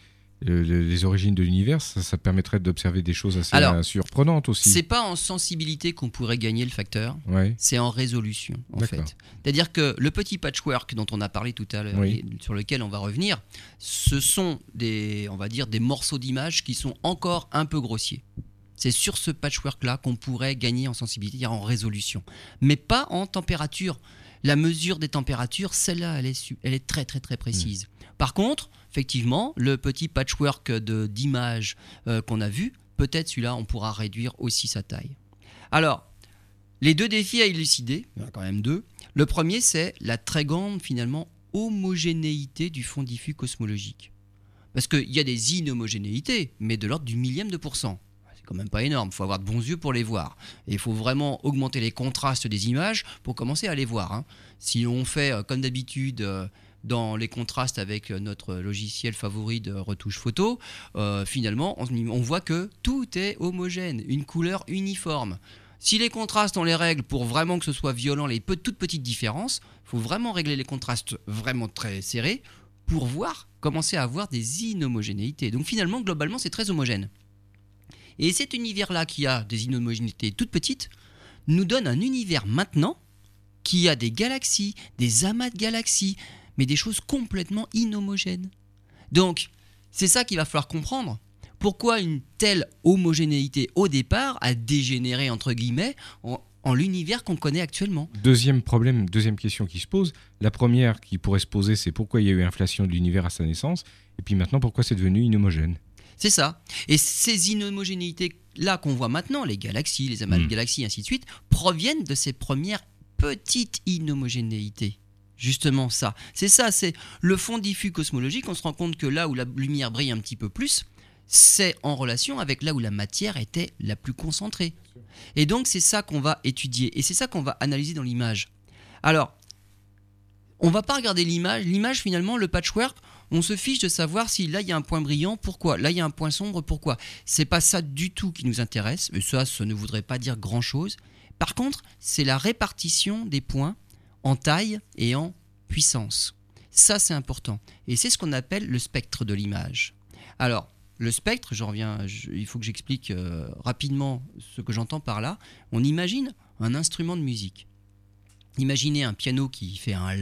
les origines de l'univers, ça permettrait d'observer des choses assez surprenantes aussi. C'est pas en sensibilité qu'on pourrait gagner le facteur, c'est en résolution en fait. C'est-à-dire que le petit patchwork dont on a parlé tout à l'heure, et sur lequel on va revenir, ce sont des morceaux d'images qui sont encore un peu grossiers. C'est sur ce patchwork-là qu'on pourrait gagner en sensibilité, en résolution, mais pas en température. La mesure des températures, celle-là, elle est très très très précise. Par contre, effectivement, le petit patchwork d'images qu'on a vu, peut-être celui-là, on pourra réduire aussi sa taille. Alors, les 2 défis à élucider, il y en a quand même 2. Le premier, c'est la très grande, finalement, homogénéité du fond diffus cosmologique. Parce qu'il y a des inhomogénéités, mais de l'ordre du millième de %. C'est quand même pas énorme, il faut avoir de bons yeux pour les voir. Et il faut vraiment augmenter les contrastes des images pour commencer à les voir. Si on fait, comme d'habitude, dans les contrastes avec notre logiciel favori de retouche photo, finalement, on voit que tout est homogène, une couleur uniforme. Si les contrastes, on les règle pour vraiment que ce soit violent, les toutes petites différences, il faut vraiment régler les contrastes vraiment très serrés pour commencer à avoir des inhomogénéités. Donc finalement, globalement, c'est très homogène. Et cet univers-là qui a des inhomogénéités toutes petites nous donne un univers maintenant qui a des galaxies, des amas de galaxies, mais des choses complètement inhomogènes. Donc, c'est ça qu'il va falloir comprendre. Pourquoi une telle homogénéité au départ a dégénéré, entre guillemets, en l'univers qu'on connaît actuellement. Deuxième question qui se pose. La première qui pourrait se poser, c'est pourquoi il y a eu inflation de l'univers à sa naissance, et puis maintenant, pourquoi c'est devenu inhomogène ? C'est ça. Et ces inhomogénéités-là qu'on voit maintenant, les galaxies, les amas de galaxies, ainsi de suite, proviennent de ces premières petites inhomogénéités. Justement ça. C'est ça, c'est le fond diffus cosmologique. On se rend compte que là où la lumière brille un petit peu plus, c'est en relation avec là où la matière était la plus concentrée. Et donc c'est ça qu'on va étudier. Et c'est ça qu'on va analyser dans l'image. Alors, on ne va pas regarder l'image. L'image, finalement, le patchwork, on se fiche de savoir si là, il y a un point brillant, pourquoi ? Là, il y a un point sombre, pourquoi ? C'est pas ça du tout qui nous intéresse. Mais ça ne voudrait pas dire grand-chose. Par contre, c'est la répartition des points en taille et en puissance. Ça, c'est important. Et c'est ce qu'on appelle le spectre de l'image. Alors, le spectre, il faut que j'explique rapidement ce que j'entends par là. On imagine un instrument de musique. Imaginez un piano qui fait un La.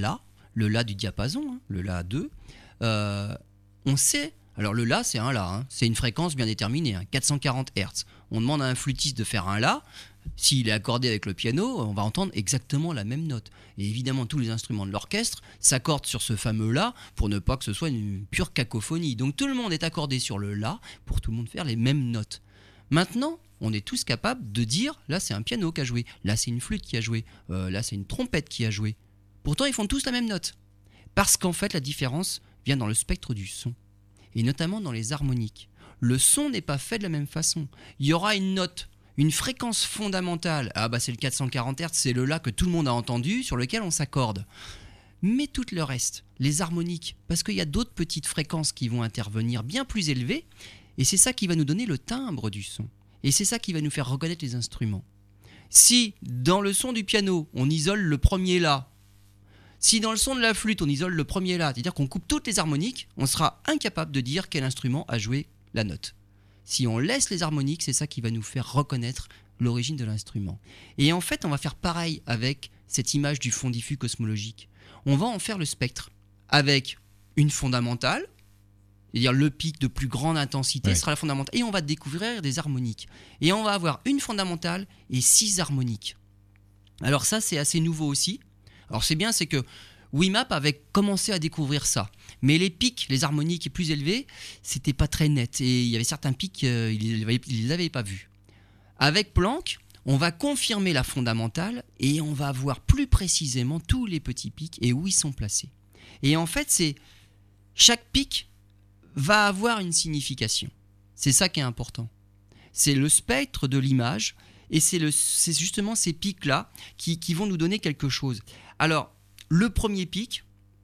le La du diapason, hein, le La 2, on sait. Alors le La, c'est un La, hein, c'est une fréquence bien déterminée, hein, 440 Hz. On demande à un flûtiste de faire un La. S'il est accordé avec le piano, on va entendre exactement la même note. Et évidemment, tous les instruments de l'orchestre s'accordent sur ce fameux La pour ne pas que ce soit une pure cacophonie. Donc tout le monde est accordé sur le La pour tout le monde faire les mêmes notes. Maintenant, on est tous capables de dire, là c'est un piano qui a joué, là c'est une flûte qui a joué, là c'est une trompette qui a joué. Pourtant, ils font tous la même note. Parce qu'en fait, la différence vient dans le spectre du son. Et notamment dans les harmoniques. Le son n'est pas fait de la même façon. Il y aura une note, une fréquence fondamentale. Ah bah c'est le 440 Hz, c'est le La que tout le monde a entendu, sur lequel on s'accorde. Mais tout le reste, les harmoniques, parce qu'il y a d'autres petites fréquences qui vont intervenir bien plus élevées, et c'est ça qui va nous donner le timbre du son. Et c'est ça qui va nous faire reconnaître les instruments. Si dans le son du piano, on isole le premier La, si dans le son de la flûte, on isole le premier La, c'est-à-dire qu'on coupe toutes les harmoniques, on sera incapable de dire quel instrument a joué la note. Si on laisse les harmoniques, c'est ça qui va nous faire reconnaître l'origine de l'instrument. Et en fait, on va faire pareil avec cette image du fond diffus cosmologique. On va en faire le spectre avec une fondamentale, c'est-à-dire le pic de plus grande intensité sera la fondamentale, et on va découvrir des harmoniques. Et on va avoir une fondamentale et 6 harmoniques. Alors ça, c'est assez nouveau aussi. Alors c'est bien, c'est que Wimap avait commencé à découvrir ça. Mais les pics, les harmoniques plus élevés, c'était pas très net. Et il y avait certains pics, il les avait pas vus. Avec Planck, on va confirmer la fondamentale et on va voir plus précisément tous les petits pics et où ils sont placés. Et en fait, chaque pic va avoir une signification. C'est ça qui est important. C'est le spectre de l'image et c'est justement ces pics-là qui vont nous donner quelque chose. Alors, le premier pic,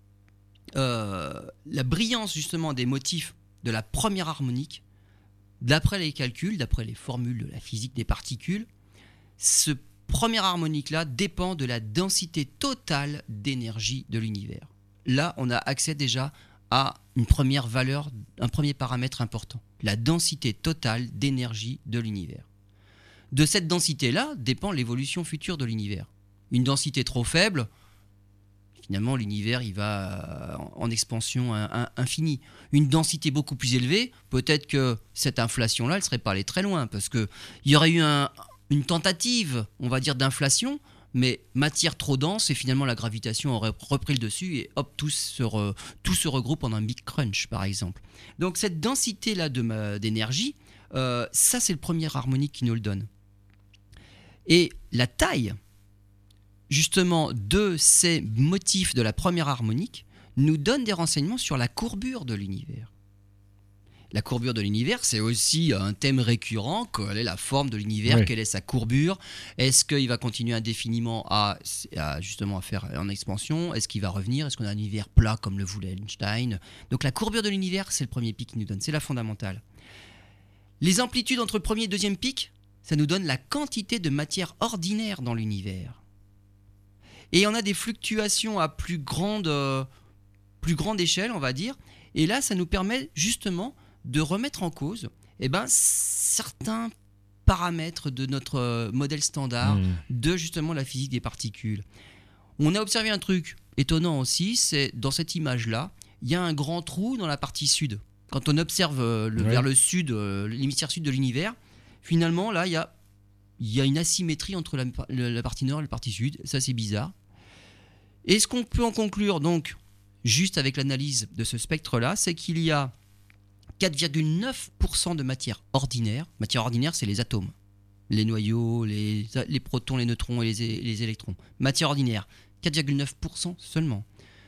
la brillance justement des motifs de la première harmonique, d'après les calculs, d'après les formules de la physique des particules, ce premier harmonique-là dépend de la densité totale d'énergie de l'univers. Là, on a accès déjà à une première valeur, un premier paramètre important, la densité totale d'énergie de l'univers. De cette densité-là dépend l'évolution future de l'univers. Une densité trop faible, finalement, l'univers il va en expansion infinie. Une densité beaucoup plus élevée, peut-être que cette inflation-là, elle ne serait pas allée très loin, parce qu'il y aurait eu une tentative, on va dire, d'inflation, mais matière trop dense, et finalement la gravitation aurait repris le dessus, et hop, tout se regroupe en un Big Crunch, par exemple. Donc cette densité-là d'énergie, ça c'est le premier harmonique qui nous le donne. Et la taille justement de ces motifs de la première harmonique nous donne des renseignements sur la courbure de l'univers. La courbure de l'univers, c'est aussi un thème récurrent. Quelle est la forme de l'univers? Quelle est sa courbure? Est-ce qu'il va continuer indéfiniment à faire en expansion? Est-ce qu'il va revenir? Est-ce qu'on a un univers plat comme le voulait Einstein? Donc la courbure de l'univers, c'est le premier pic qui nous donne, c'est la fondamentale. Les amplitudes entre le premier et deuxième pic, ça nous donne la quantité de matière ordinaire dans l'univers. Et on a des fluctuations à plus grande échelle, on va dire. Et là, ça nous permet justement de remettre en cause certains paramètres de notre modèle standard de justement la physique des particules. On a observé un truc étonnant aussi, c'est dans cette image-là, il y a un grand trou dans la partie sud. Quand on observe vers le sud, l'hémisphère sud de l'univers, finalement, là, il y a une asymétrie entre la partie nord et la partie sud. Ça, c'est bizarre. Et ce qu'on peut en conclure, donc, juste avec l'analyse de ce spectre-là, c'est qu'il y a 4,9% de matière ordinaire. Matière ordinaire, c'est les atomes. Les noyaux, les protons, les neutrons et les électrons. Matière ordinaire, 4,9% seulement.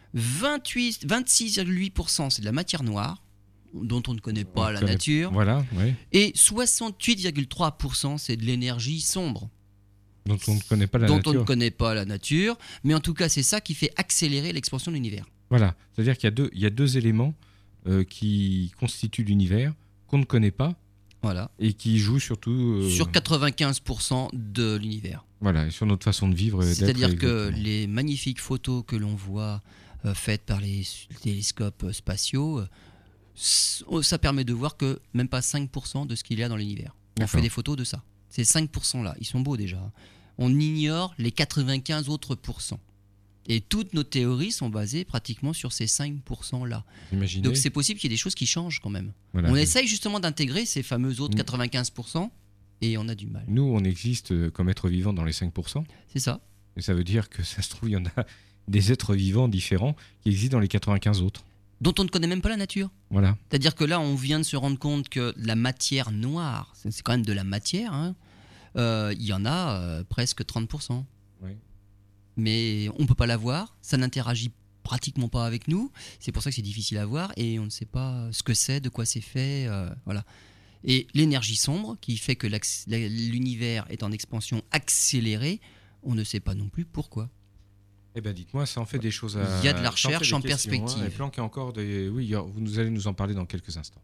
26,8%, c'est de la matière noire, dont on ne connaît pas la nature. Voilà, ouais. Et 68,3%, c'est de l'énergie sombre. Dont on ne connaît pas la nature. Dont on ne connaît pas la nature. Mais en tout cas, c'est ça qui fait accélérer l'expansion de l'univers. Voilà, c'est-à-dire qu'il y a deux éléments qui constituent l'univers qu'on ne connaît pas. Voilà. Et qui jouent surtout... sur 95% de l'univers. Voilà, et sur notre façon de vivre. C'est-à-dire que les magnifiques photos que l'on voit faites par les télescopes spatiaux, ça permet de voir que même pas 5% de ce qu'il y a dans l'univers. On fait des photos de ça. Ces 5% là, ils sont beaux déjà. On ignore les 95 autres pourcents. Et toutes nos théories sont basées pratiquement sur ces 5%-là. Imaginez. Donc c'est possible qu'il y ait des choses qui changent quand même. Voilà. On essaye justement d'intégrer ces fameux autres 95% et on a du mal. Nous, on existe comme êtres vivants dans les 5%. C'est ça. Et ça veut dire que ça se trouve, il y en a des êtres vivants différents qui existent dans les 95 autres. Dont on ne connaît même pas la nature. Voilà. C'est-à-dire que là, on vient de se rendre compte que la matière noire, c'est quand même de la matière, hein, il y en a presque 30%. Oui. Mais on ne peut pas la voir, ça n'interagit pratiquement pas avec nous, c'est pour ça que c'est difficile à voir et on ne sait pas ce que c'est, de quoi c'est fait, voilà. Et l'énergie sombre qui fait que l'univers est en expansion accélérée, on ne sait pas non plus pourquoi. Eh bien, dites-moi, ça en fait des choses à... Il y a de la ça en fait recherche des en questions, perspective. Et Planck a encore des... Oui, vous allez nous en parler dans quelques instants.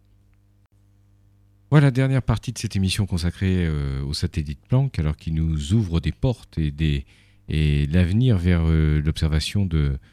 Voilà, dernière partie de cette émission consacrée au satellite Planck, alors qu'il nous ouvre des portes et l'avenir vers l'observation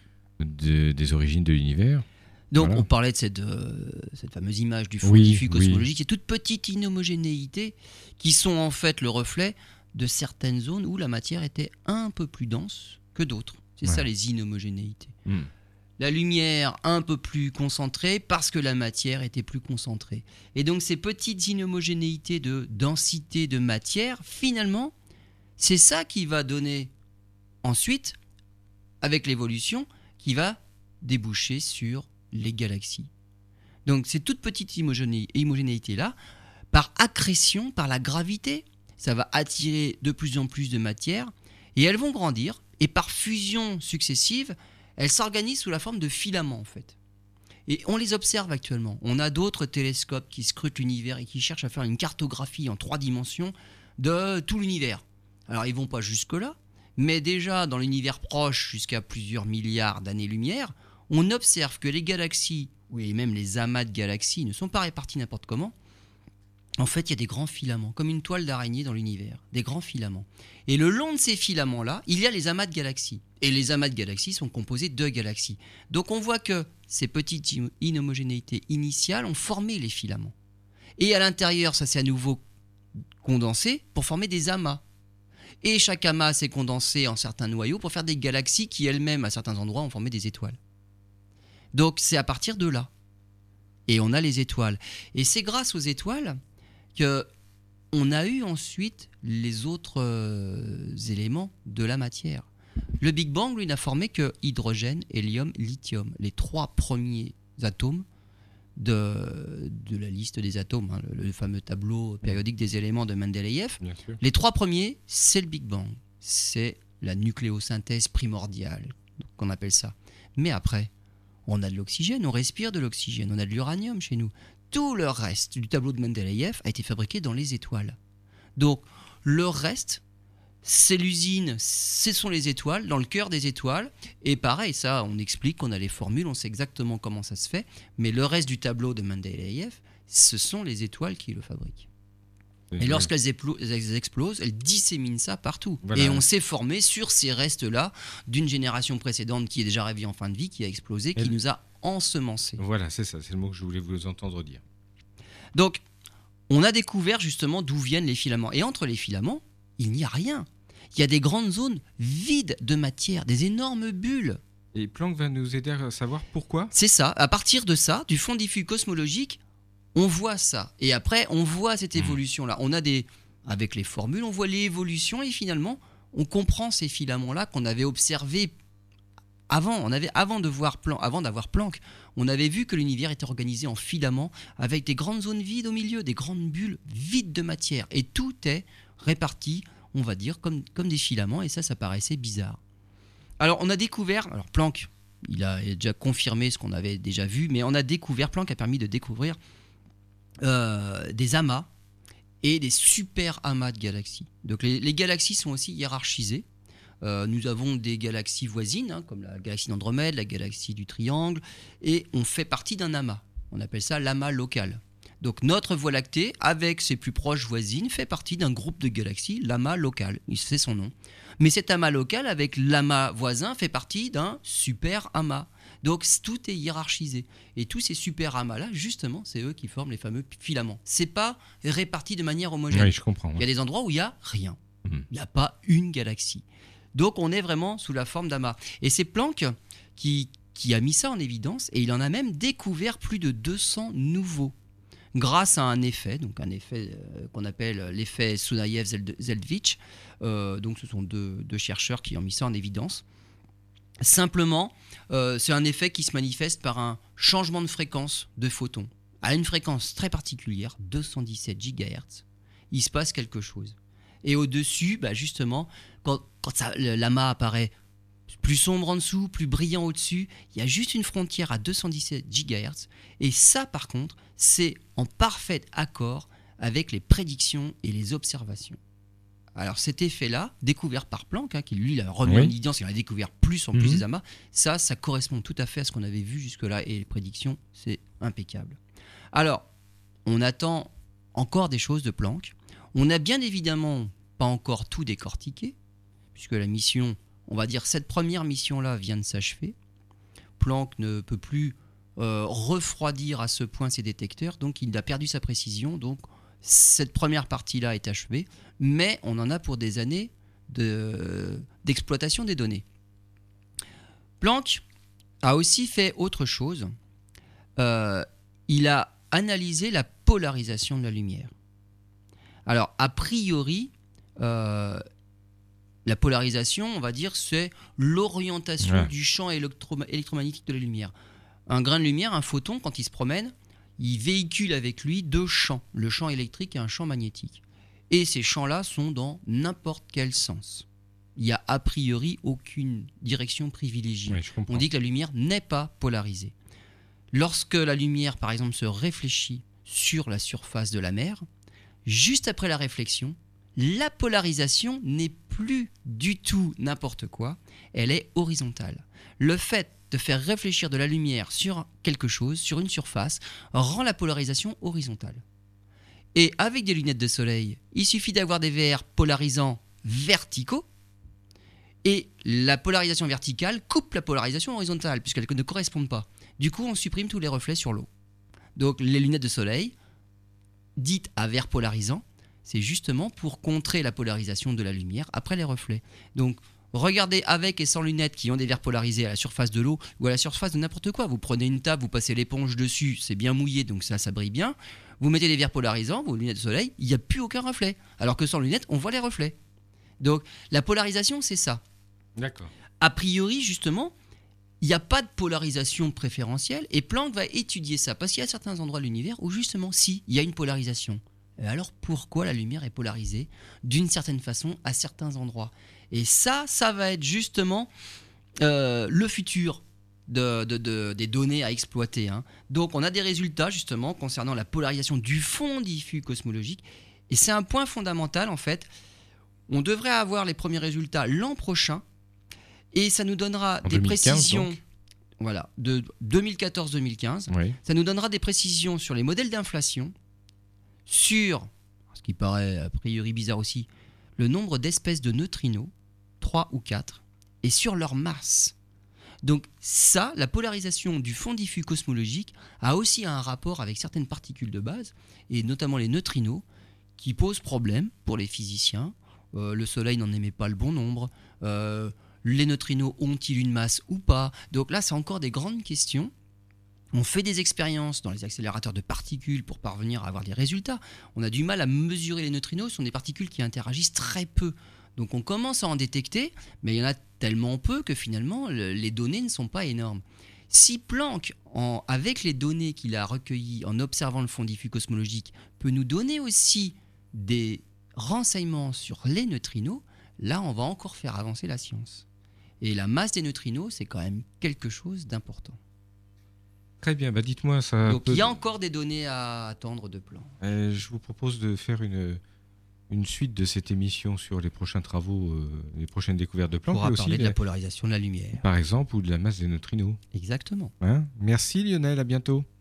des origines de l'univers. Donc Voilà. on parlait de cette fameuse image du fond Oui, diffus oui. cosmologique, ces toutes petites inhomogénéités qui sont en fait le reflet de certaines zones où la matière était un peu plus dense que d'autres. C'est Ouais. ça les inhomogénéités. Hmm. La lumière un peu plus concentrée parce que la matière était plus concentrée. Et donc ces petites inhomogénéités de densité de matière, finalement, c'est ça qui va donner ensuite, avec l'évolution, qui va déboucher sur les galaxies. Donc ces toutes petites homogénéités-là, par accrétion, par la gravité, ça va attirer de plus en plus de matière et elles vont grandir et par fusion successive, elles s'organisent sous la forme de filaments en fait. Et on les observe actuellement. On a d'autres télescopes qui scrutent l'univers et qui cherchent à faire une cartographie en 3 dimensions de tout l'univers. Alors ils vont pas jusque-là, mais déjà dans l'univers proche, jusqu'à plusieurs milliards d'années-lumière, on observe que les galaxies, oui, même les amas de galaxies, ne sont pas répartis n'importe comment. En fait, il y a des grands filaments, comme une toile d'araignée dans l'univers, des grands filaments. Et le long de ces filaments-là, il y a les amas de galaxies. Et les amas de galaxies sont composés de galaxies. Donc on voit que ces petites inhomogénéités initiales ont formé les filaments. Et à l'intérieur, ça s'est à nouveau condensé pour former des amas. Et chaque amas s'est condensé en certains noyaux pour faire des galaxies qui elles-mêmes, à certains endroits, ont formé des étoiles. Donc c'est à partir de là. Et on a les étoiles. Et c'est grâce aux étoiles qu'on a eu ensuite les autres éléments de la matière. Le Big Bang, lui, n'a formé que hydrogène, hélium, lithium, les 3 premiers atomes de la liste des atomes, hein, le fameux tableau périodique des éléments de Mendeleïev. Bien sûr. Les 3 premiers, c'est le Big Bang. C'est la nucléosynthèse primordiale, qu'on appelle ça. Mais après, on a de l'oxygène, on respire de l'oxygène, on a de l'uranium chez nous. Tout le reste du tableau de Mendeleïev a été fabriqué dans les étoiles. Donc, le reste, c'est l'usine, ce sont les étoiles, dans le cœur des étoiles. Et pareil, ça, on explique, on a les formules, on sait exactement comment ça se fait. Mais le reste du tableau de Mendeleïev, ce sont les étoiles qui le fabriquent. Et lorsqu'elles explosent, elles disséminent ça partout. Voilà. Et on s'est formé sur ces restes-là d'une génération précédente qui est déjà arrivée en fin de vie, qui a explosé, qui nous a ensemencés. Voilà, c'est ça, c'est le mot que je voulais vous entendre dire. Donc, on a découvert justement d'où viennent les filaments. Et entre les filaments, il n'y a rien. Il y a des grandes zones vides de matière, des énormes bulles. Et Planck va nous aider à savoir pourquoi. C'est ça. À partir de ça, du fond diffus cosmologique, on voit ça. Et après, on voit cette évolution-là. On a avec les formules, on voit l'évolution et finalement, on comprend ces filaments-là qu'on avait observés avant. Avant d'avoir Planck, on avait vu que l'univers était organisé en filaments avec des grandes zones vides au milieu, des grandes bulles vides de matière. Et tout est réparti, on va dire, comme des filaments. Et ça paraissait bizarre. Alors, on a découvert... Alors, Planck, il a déjà confirmé ce qu'on avait déjà vu, mais Planck a permis de découvrir des amas et des super amas de galaxies. Donc les galaxies sont aussi hiérarchisées. Nous avons des galaxies voisines, hein, comme la galaxie d'Andromède, la galaxie du Triangle, et on fait partie d'un amas. On appelle ça l'amas local. Donc notre Voie lactée, avec ses plus proches voisines, fait partie d'un groupe de galaxies, l'amas local, c'est son nom. Mais cet amas local, avec l'amas voisin, fait partie d'un super amas. Donc tout est hiérarchisé. Et tous ces super amas-là, justement, c'est eux qui forment les fameux filaments. C'est pas réparti de manière homogène. Oui, je comprends. Il y a des endroits où il n'y a rien. Il n'y a pas une galaxie. Donc on est vraiment sous la forme d'amas. Et c'est Planck qui a mis ça en évidence, et il en a même découvert plus de 200 nouveaux, grâce à un effet, donc un effet qu'on appelle l'effet Sunyaev-Zeldovich. Donc ce sont deux chercheurs qui ont mis ça en évidence. Simplement, c'est un effet qui se manifeste par un changement de fréquence de photons. À une fréquence très particulière, 217 GHz, il se passe quelque chose. Et au-dessus, justement, quand l'amas apparaît plus sombre en dessous, plus brillant au-dessus, il y a juste une frontière à 217 GHz. Et ça, par contre, c'est en parfait accord avec les prédictions et les observations. Alors cet effet-là, découvert par Planck, qui lui l'a remis en évidence, il a découvert plus en plus des amas, ça correspond tout à fait à ce qu'on avait vu jusque-là, et les prédictions, c'est impeccable. Alors, on attend encore des choses de Planck. On n'a bien évidemment pas encore tout décortiqué, puisque la mission, on va dire cette première mission-là vient de s'achever. Planck ne peut plus refroidir à ce point ses détecteurs, donc il a perdu sa précision, donc cette première partie-là est achevée, mais on en a pour des années d'exploitation des données. Planck a aussi fait autre chose. Il a analysé la polarisation de la lumière. Alors, a priori, la polarisation, on va dire, c'est l'orientation du champ électromagnétique de la lumière. Un grain de lumière, un photon, quand il se promène, il véhicule avec lui deux champs, le champ électrique et un champ magnétique. Et ces champs-là sont dans n'importe quel sens. Il n'y a a priori aucune direction privilégiée. On dit que la lumière n'est pas polarisée. Lorsque la lumière, par exemple, se réfléchit sur la surface de la mer, juste après la réflexion, la polarisation n'est plus du tout n'importe quoi, elle est horizontale. Le fait de faire réfléchir de la lumière sur quelque chose, sur une surface, rend la polarisation horizontale. Et avec des lunettes de soleil, il suffit d'avoir des verres polarisants verticaux, et la polarisation verticale coupe la polarisation horizontale, puisqu'elles ne correspondent pas. Du coup, on supprime tous les reflets sur l'eau. Donc les lunettes de soleil, dites à verres polarisants, c'est justement pour contrer la polarisation de la lumière après les reflets. Donc regardez avec et sans lunettes qui ont des verres polarisés à la surface de l'eau ou à la surface de n'importe quoi. Vous prenez une table, vous passez l'éponge dessus, c'est bien mouillé, donc ça brille bien. Vous mettez des verres polarisants, vos lunettes de soleil, il n'y a plus aucun reflet. Alors que sans lunettes, on voit les reflets. Donc la polarisation, c'est ça. D'accord. A priori, justement, il n'y a pas de polarisation préférentielle, et Planck va étudier ça, parce qu'il y a certains endroits de l'univers où justement, si, il y a une polarisation. Et alors pourquoi la lumière est polarisée d'une certaine façon à certains endroits? Et ça va être justement le futur des données à exploiter. Donc on a des résultats justement concernant la polarisation du fond diffus cosmologique, et c'est un point fondamental en fait. On devrait avoir les premiers résultats l'an prochain, et ça nous donnera des 2015, précisions donc. Voilà, de 2014-2015. Oui. Ça nous donnera des précisions sur les modèles d'inflation, sur, ce qui paraît a priori bizarre aussi, le nombre d'espèces de neutrinos, 3 ou 4, et sur leur masse. Donc ça, la polarisation du fond diffus cosmologique a aussi un rapport avec certaines particules de base, et notamment les neutrinos, qui posent problème pour les physiciens. Le Soleil n'en émet pas le bon nombre. Les neutrinos ont-ils une masse ou pas? Donc là, c'est encore des grandes questions. On fait des expériences dans les accélérateurs de particules pour parvenir à avoir des résultats. On a du mal à mesurer les neutrinos, ce sont des particules qui interagissent très peu. Donc on commence à en détecter, mais il y en a tellement peu que finalement, les données ne sont pas énormes. Si Planck, avec les données qu'il a recueillies en observant le fond diffus cosmologique, peut nous donner aussi des renseignements sur les neutrinos, là on va encore faire avancer la science. Et la masse des neutrinos, c'est quand même quelque chose d'important. Très bien, dites-moi ça. Donc il y a encore des données à attendre de Planck. Je vous propose de faire une suite de cette émission sur les prochains travaux, les prochaines découvertes de Planck. On pourra parler de la polarisation de la lumière. Par exemple, ou de la masse des neutrinos. Exactement. Merci Lionel, à bientôt.